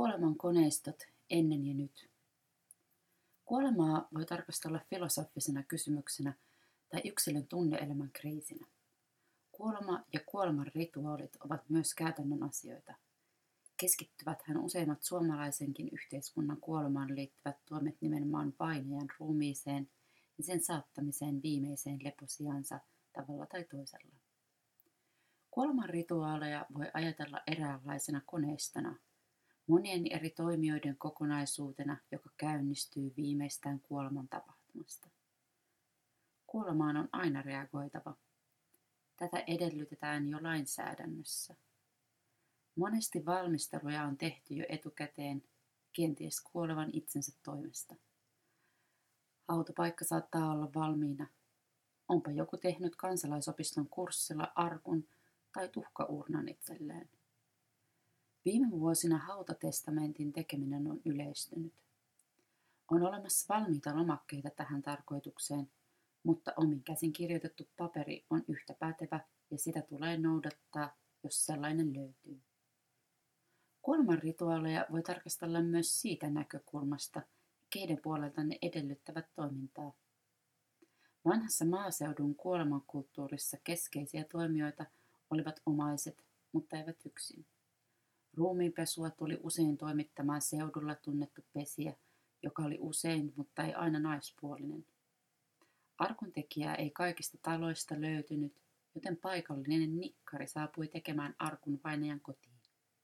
Kuoleman koneistot ennen ja nyt. Kuolemaa voi tarkastella filosofisena kysymyksenä tai yksilön tunne-elämän kriisinä. Kuolema ja kuoleman rituaalit ovat myös käytännön asioita. Keskittyväthän useimmat suomalaisenkin yhteiskunnan kuolemaan liittyvät toimet nimenomaan vainajan ruumiiseen ja sen saattamiseen viimeiseen leposijansa tavalla tai toisella. Kuoleman rituaaleja voi ajatella eräänlaisena koneistona, monien eri toimijoiden kokonaisuutena, joka käynnistyy viimeistään kuoleman tapahtumasta. Kuolemaan on aina reagoitava. Tätä edellytetään jo lainsäädännössä. Monesti valmisteluja on tehty jo etukäteen, kenties kuolevan itsensä toimesta. Hautapaikka saattaa olla valmiina. Onpa joku tehnyt kansalaisopiston kurssilla arkun tai tuhkaurnan itselleen. Viime vuosina hautatestamentin tekeminen on yleistynyt. On olemassa valmiita lomakkeita tähän tarkoitukseen, mutta omin käsin kirjoitettu paperi on yhtä pätevä ja sitä tulee noudattaa, jos sellainen löytyy. Kuoleman rituaaleja voi tarkastella myös siitä näkökulmasta, keiden puolelta ne edellyttävät toimintaa. Vanhassa maaseudun kuolemankulttuurissa keskeisiä toimijoita olivat omaiset, mutta eivät yksin. Ruumiinpesua tuli usein toimittamaan seudulla tunnettu pesijä, joka oli usein, mutta ei aina naispuolinen. Arkuntekijää ei kaikista taloista löytynyt, joten paikallinen nikkari saapui tekemään arkun vainajan kotiin.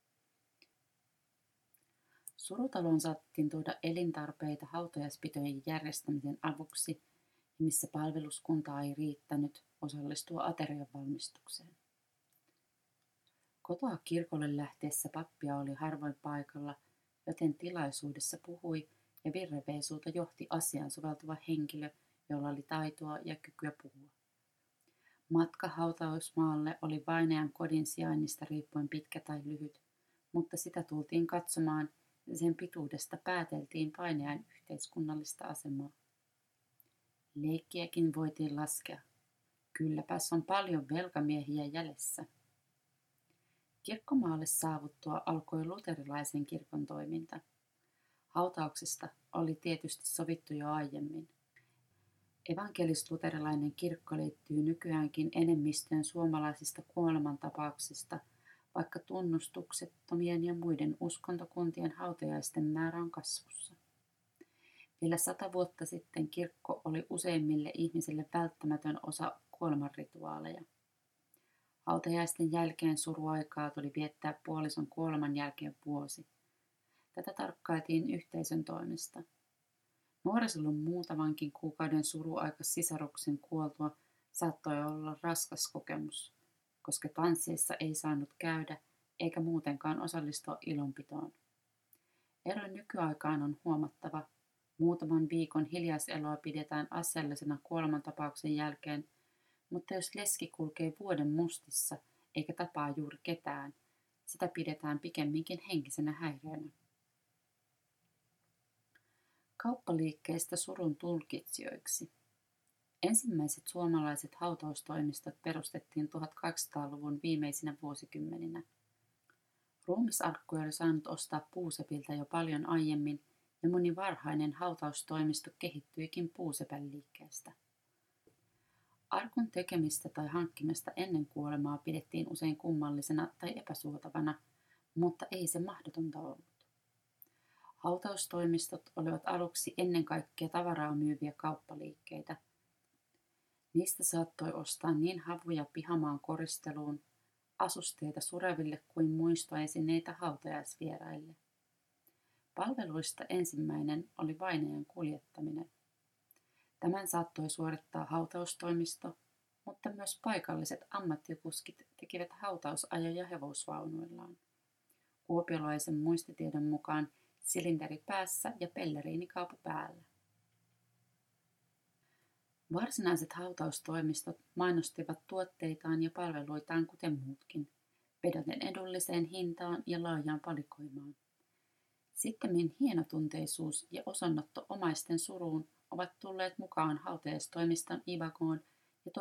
Surutaloon saatettiin tuoda elintarpeita hautajaispitojen järjestämisen avuksi, ja missä palveluskuntaa ei riittänyt, osallistua aterian valmistukseen. Kotoa kirkolle lähteessä pappia oli harvoin paikalla, joten tilaisuudessa puhui ja virreveisuuta johti asiaan soveltuva henkilö, jolla oli taitoa ja kykyä puhua. Matka hautausmaalle oli vainajan kodin sijainnista riippuen pitkä tai lyhyt, mutta sitä tultiin katsomaan ja sen pituudesta pääteltiin vainajan yhteiskunnallista asemaa. Leikkiäkin voitiin laskea. Kylläpäs on paljon velkamiehiä jäljessä. Kirkkomaalle saavuttua alkoi luterilaisen kirkon toiminta. Hautauksesta oli tietysti sovittu jo aiemmin. Evankelis-luterilainen kirkko liittyy nykyäänkin enemmistöön suomalaisista kuolemantapauksista, vaikka tunnustuksettomien ja muiden uskontokuntien hautajaisten määrä on kasvussa. Vielä 100 vuotta sitten kirkko oli useimmille ihmisille välttämätön osa kuolemanrituaaleja. Hautajaisten jälkeen suruaikaa tuli viettää puolison kuoleman jälkeen vuosi. Tätä tarkkailtiin yhteisön toimesta. Nuorisolla muutamankin kuukauden suruaika sisaruksen kuoltua saattoi olla raskas kokemus, koska tansseissa ei saanut käydä eikä muutenkaan osallistua ilonpitoon. Ero nykyaikaan on huomattava. Muutaman viikon hiljaiseloa pidetään asiallisena kuolemantapauksen jälkeen, mutta jos leski kulkee vuoden mustissa eikä tapaa juuri ketään, sitä pidetään pikemminkin henkisenä häiriönä. Kauppaliikkeistä surun tulkitsijoiksi. Ensimmäiset suomalaiset hautaustoimistot perustettiin 1800-luvun viimeisinä vuosikymmeninä. Ruumisarkkuja oli saanut ostaa puusepiltä jo paljon aiemmin, ja moni varhainen hautaustoimisto kehittyikin puusepän liikkeestä. Arkun tekemistä tai hankkimista ennen kuolemaa pidettiin usein kummallisena tai epäsuotavana, mutta ei se mahdotonta ollut. Hautaustoimistot olivat aluksi ennen kaikkea tavaraa myyviä kauppaliikkeitä. Niistä saattoi ostaa niin havuja pihamaan koristeluun, asusteita sureville kuin muistoesineitä hautajaisvieraille. Palveluista ensimmäinen oli vainajan kuljettaminen. Tämän saattoi suorittaa hautaustoimisto, mutta myös paikalliset ammattikuskit tekivät hautausajoja hevosvaunuillaan. Kuopiolaisen muistitiedon mukaan silinderi päässä ja pelleriinikaupu päällä. Varsinaiset hautaustoimistot mainostivat tuotteitaan ja palveluitaan kuten muutkin, vedoten edulliseen hintaan ja laajaan valikoimaan. Sittemmin hienotunteisuus ja osanotto omaisten suruun ovat tulleet mukaan hautajaistoimiston imagoon ja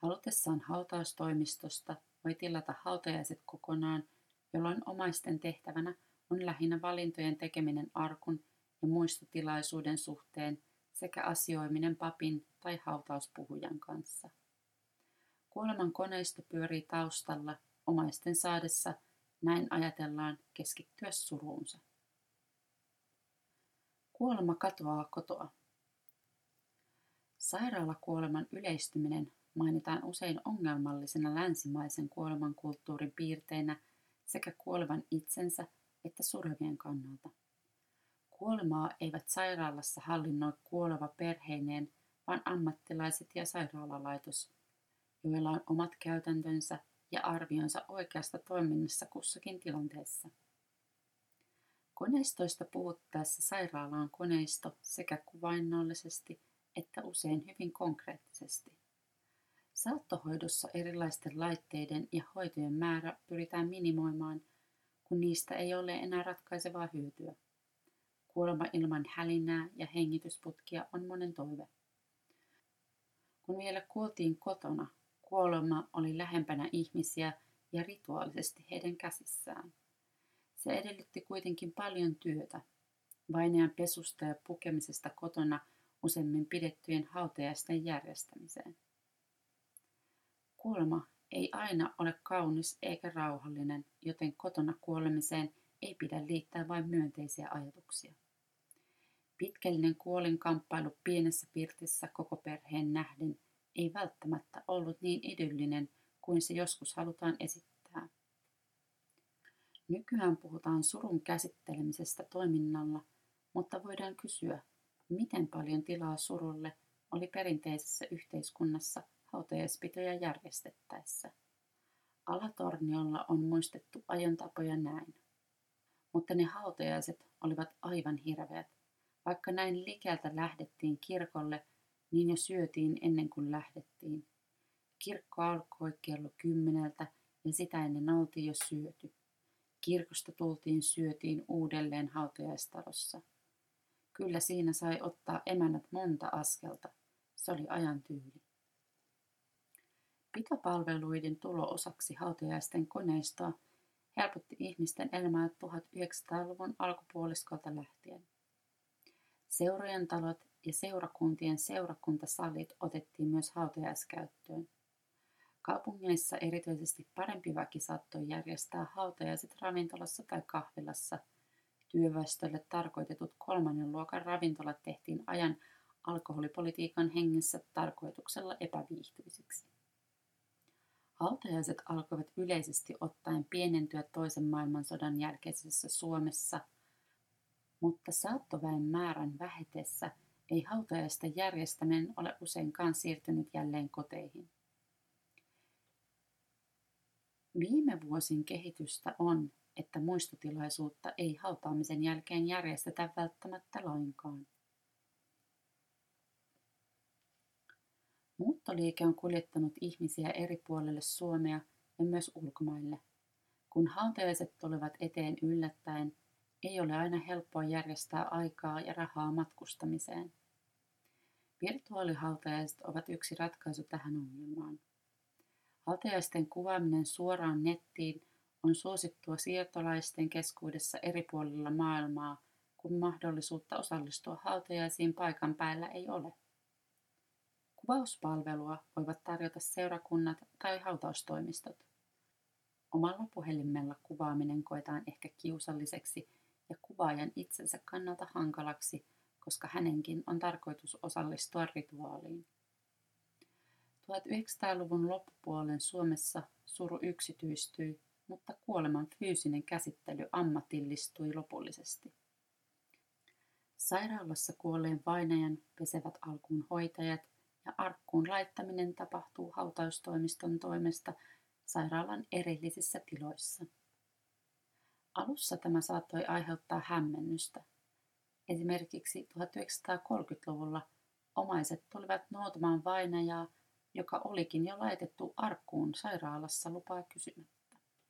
Halutessaan hautaustoimistosta voi tilata hautajaiset kokonaan, jolloin omaisten tehtävänä on lähinnä valintojen tekeminen arkun ja muistotilaisuuden suhteen sekä asioiminen papin tai hautauspuhujan kanssa. Kuoleman koneisto pyörii taustalla omaisten saadessa, näin ajatellaan, keskittyä suruunsa. Kuolema katoaa kotoa. Sairaalakuoleman yleistyminen mainitaan usein ongelmallisena länsimaisen kuolemankulttuurin piirteinä sekä kuolevan itsensä että surevien kannalta. Kuolemaa eivät sairaalassa hallinnoi kuoleva perheineen, vaan ammattilaiset ja sairaalalaitos, joilla on omat käytäntönsä ja arvionsa oikeasta toiminnassa kussakin tilanteessa. Koneistoista puhuttaessa sairaala on koneisto sekä kuvainnollisesti että usein hyvin konkreettisesti. Saattohoidossa erilaisten laitteiden ja hoitojen määrä pyritään minimoimaan, kun niistä ei ole enää ratkaisevaa hyötyä. Kuolema ilman hälinää ja hengitysputkia on monen toive. Kun vielä kuoltiin kotona, kuolema oli lähempänä ihmisiä ja rituaalisesti heidän käsissään. Se edellytti kuitenkin paljon työtä, vainajan pesusta ja pukemisesta kotona useimmin pidettyjen hautajaisten järjestämiseen. Kuolema ei aina ole kaunis eikä rauhallinen, joten kotona kuolemiseen ei pidä liittää vain myönteisiä ajatuksia. Pitkällinen kuolinkamppailu pienessä pirtissä koko perheen nähden ei välttämättä ollut niin idyllinen kuin se joskus halutaan esittää. Nykyään puhutaan surun käsittelemisestä toiminnalla, mutta voidaan kysyä, miten paljon tilaa surulle oli perinteisessä yhteiskunnassa hautajaispitoja järjestettäessä. Alatorniolla on muistettu ajontapoja näin. Mutta ne hautajaiset olivat aivan hirveät. Vaikka näin likeltä lähdettiin kirkolle, niin jo syötiin ennen kuin lähdettiin. Kirkko alkoi kello 10 ja sitä ennen oltiin jo syöty. Kirkosta syötiin uudelleen hautajaistalossa. Kyllä siinä sai ottaa emännät monta askelta. Se oli ajan tyyli. Pitopalveluiden tulo osaksi hautajaisten koneistoa helpotti ihmisten elämää 1900-luvun alkupuoliskolta lähtien. Seurojen talot ja seurakuntien seurakuntasalit otettiin myös hautajaiskäyttöön. Kaupungeissa erityisesti parempi väki saattoi järjestää hautajaiset ravintolassa tai kahvilassa. Työväestölle tarkoitetut 3. luokan ravintolat tehtiin ajan alkoholipolitiikan hengessä tarkoituksella epäviihtyisiksi. Hautajaiset alkoivat yleisesti ottaen pienentyä toisen maailmansodan jälkeisessä Suomessa, mutta saattoväen määrän vähetessä ei hautajaisten järjestäminen ole useinkaan siirtynyt jälleen koteihin. Viime vuosin kehitystä on, että muistotilaisuutta ei hautaamisen jälkeen järjestetä välttämättä lainkaan. Muuttoliike on kuljettanut ihmisiä eri puolille Suomea ja myös ulkomaille. Kun hautajaiset tulevat eteen yllättäen, ei ole aina helppoa järjestää aikaa ja rahaa matkustamiseen. Virtuaalihautajaiset ovat yksi ratkaisu tähän ongelmaan. Hautajaisten kuvaaminen suoraan nettiin on suosittua siirtolaisten keskuudessa eri puolilla maailmaa, kun mahdollisuutta osallistua hautajaisiin paikan päällä ei ole. Kuvauspalvelua voivat tarjota seurakunnat tai hautaustoimistot. Omalla puhelimella kuvaaminen koetaan ehkä kiusalliseksi ja kuvaajan itsensä kannalta hankalaksi, koska hänenkin on tarkoitus osallistua rituaaliin. 1900-luvun loppupuolen Suomessa suru yksityistyi, mutta kuoleman fyysinen käsittely ammatillistui lopullisesti. Sairaalassa kuolleen vainajan pesevät alkuun hoitajat ja arkkuun laittaminen tapahtuu hautaustoimiston toimesta sairaalan erillisissä tiloissa. Alussa tämä saattoi aiheuttaa hämmennystä. Esimerkiksi 1930-luvulla omaiset tulivat noutamaan vainajaa, joka olikin jo laitettu arkkuun sairaalassa lupaa kysymättä.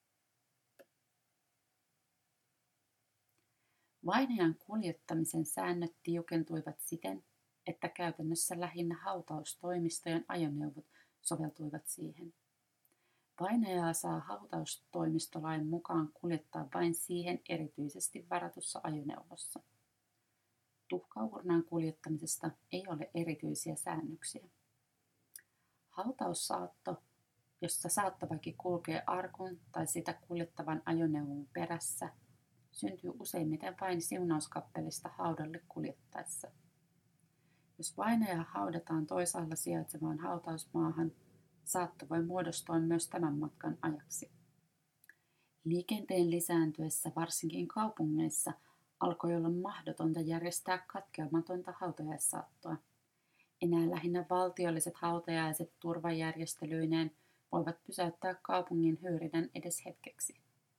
Vainajan kuljettamisen säännöt tiukentuivat siten, että käytännössä lähinnä hautaustoimistojen ajoneuvot soveltuivat siihen. Vainajaa saa hautaustoimistolain mukaan kuljettaa vain siihen erityisesti varatussa ajoneuvossa. Tuhkaurnan kuljettamisesta ei ole erityisiä säännöksiä. Hautaussaatto, jossa saattoväki kulkee arkun tai sitä kuljettavan ajoneuvon perässä, syntyy useimmiten vain siunauskappelista haudalle kuljettaessa. Jos vainaja haudataan toisaalla sijaitsevaan hautausmaahan, saatto voi muodostua myös tämän matkan ajaksi. Liikenteen lisääntyessä varsinkin kaupungeissa alkoi olla mahdotonta järjestää katkeamatonta hautajaissaattoa. Enää lähinnä valtiolliset hautajaiset turvajärjestelyineen voivat pysäyttää kaupungin hyyrinen edes hetkeksi.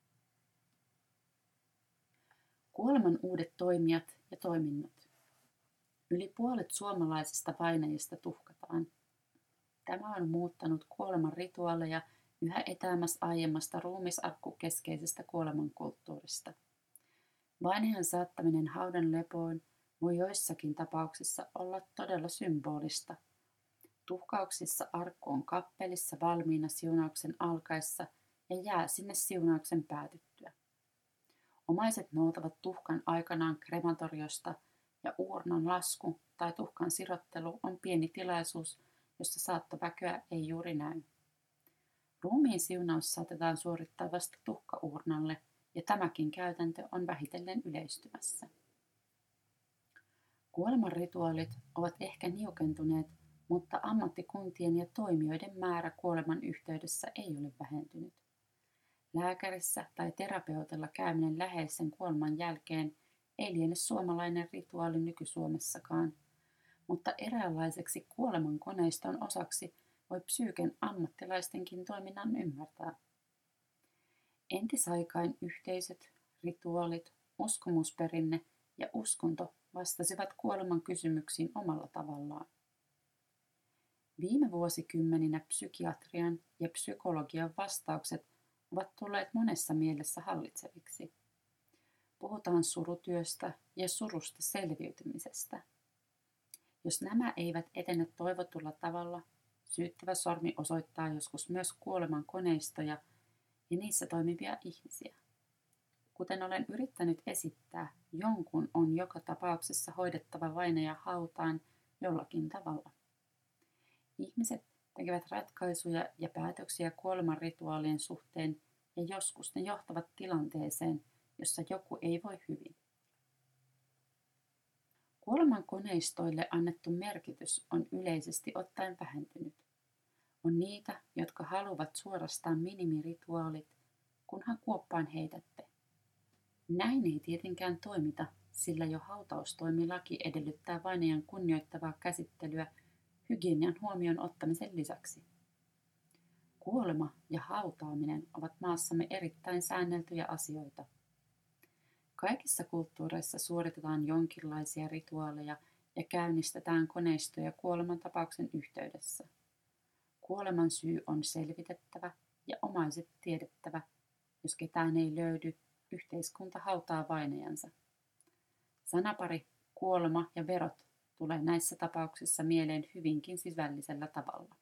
Kuoleman uudet toimijat ja toiminnot. Yli puolet suomalaisista vainajista tuhkataan. Tämä on muuttanut kuoleman rituaaleja yhä etäämäs aiemmasta ruumisarkkukeskeisestä kuolemankulttuurista. Vainajan saattaminen haudan lepoon voi joissakin tapauksissa olla todella symbolista. Tuhkauksissa arkku on kappelissa valmiina siunauksen alkaessa ja jää sinne siunauksen päätyttyä. Omaiset noutavat tuhkan aikanaan krematoriosta ja uurnan lasku tai tuhkan sirottelu on pieni tilaisuus, jossa saattoväkeä ei juuri näy. Ruumiin siunaus saatetaan suorittaa vasta tuhkauurnalle ja tämäkin käytäntö on vähitellen yleistymässä. Kuoleman rituaalit ovat ehkä niukentuneet, mutta ammattikuntien ja toimijoiden määrä kuoleman yhteydessä ei ole vähentynyt. Lääkärissä tai terapeutilla käyminen läheisen kuoleman jälkeen ei liene suomalainen rituaali nyky-Suomessakaan, mutta eräänlaiseksi kuoleman koneiston osaksi voi psyyken ammattilaistenkin toiminnan ymmärtää. Entisaikain yhteisöt, rituaalit, uskomusperinne ja uskonto vastasivat kuoleman kysymyksiin omalla tavallaan. Viime vuosikymmeninä psykiatrian ja psykologian vastaukset ovat tulleet monessa mielessä hallitseviksi. Puhutaan surutyöstä ja surusta selviytymisestä. Jos nämä eivät etene toivotulla tavalla, syyttävä sormi osoittaa joskus myös kuoleman koneistoja ja niissä toimivia ihmisiä. Kuten olen yrittänyt esittää, jonkun on joka tapauksessa hoidettava vainaja hautaan jollakin tavalla. Ihmiset tekevät ratkaisuja ja päätöksiä kuoleman rituaalien suhteen ja joskus ne johtavat tilanteeseen, jossa joku ei voi hyvin. Kuoleman koneistoille annettu merkitys on yleisesti ottaen vähentynyt. On niitä, jotka haluavat suorastaan minimirituaalit, kunhan kuoppaan heitätte. Näin ei tietenkään toimita, sillä jo hautaustoimilaki edellyttää vainajan kunnioittavaa käsittelyä hygienian huomioon ottamisen lisäksi. Kuolema ja hautaaminen ovat maassamme erittäin säänneltyjä asioita. Kaikissa kulttuureissa suoritetaan jonkinlaisia rituaaleja ja käynnistetään koneistoja kuolemantapauksen yhteydessä. Kuoleman syy on selvitettävä ja omaiset tiedettävä. Jos ketään ei löydy, yhteiskunta hautaa vainajansa. Sanapari kuolema ja verot tulee näissä tapauksissa mieleen hyvinkin sisällisellä tavalla.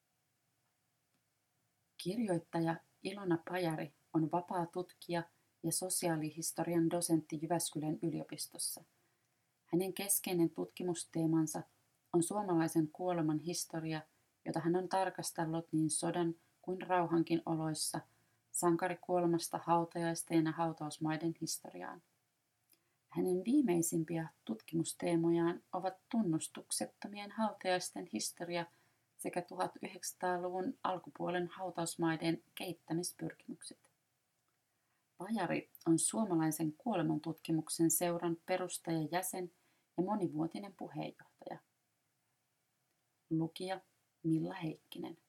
Kirjoittaja Ilona Pajari on vapaa tutkija ja sosiaalihistorian dosentti Jyväskylän yliopistossa. Hänen keskeinen tutkimusteemansa on suomalaisen kuoleman historia, jota hän on tarkastellut niin sodan kuin rauhankin oloissa, sankarikuolemasta hautajaisten ja hautausmaiden historiaan. Hänen viimeisimpiä tutkimusteemojaan ovat tunnustuksettomien hautajaisten historia sekä 1900-luvun alkupuolen hautausmaiden kehittämispyrkimykset. Pajari on suomalaisen kuolemantutkimuksen seuran perustajajäsen ja monivuotinen puheenjohtaja. Lukija Milla Heikkinen.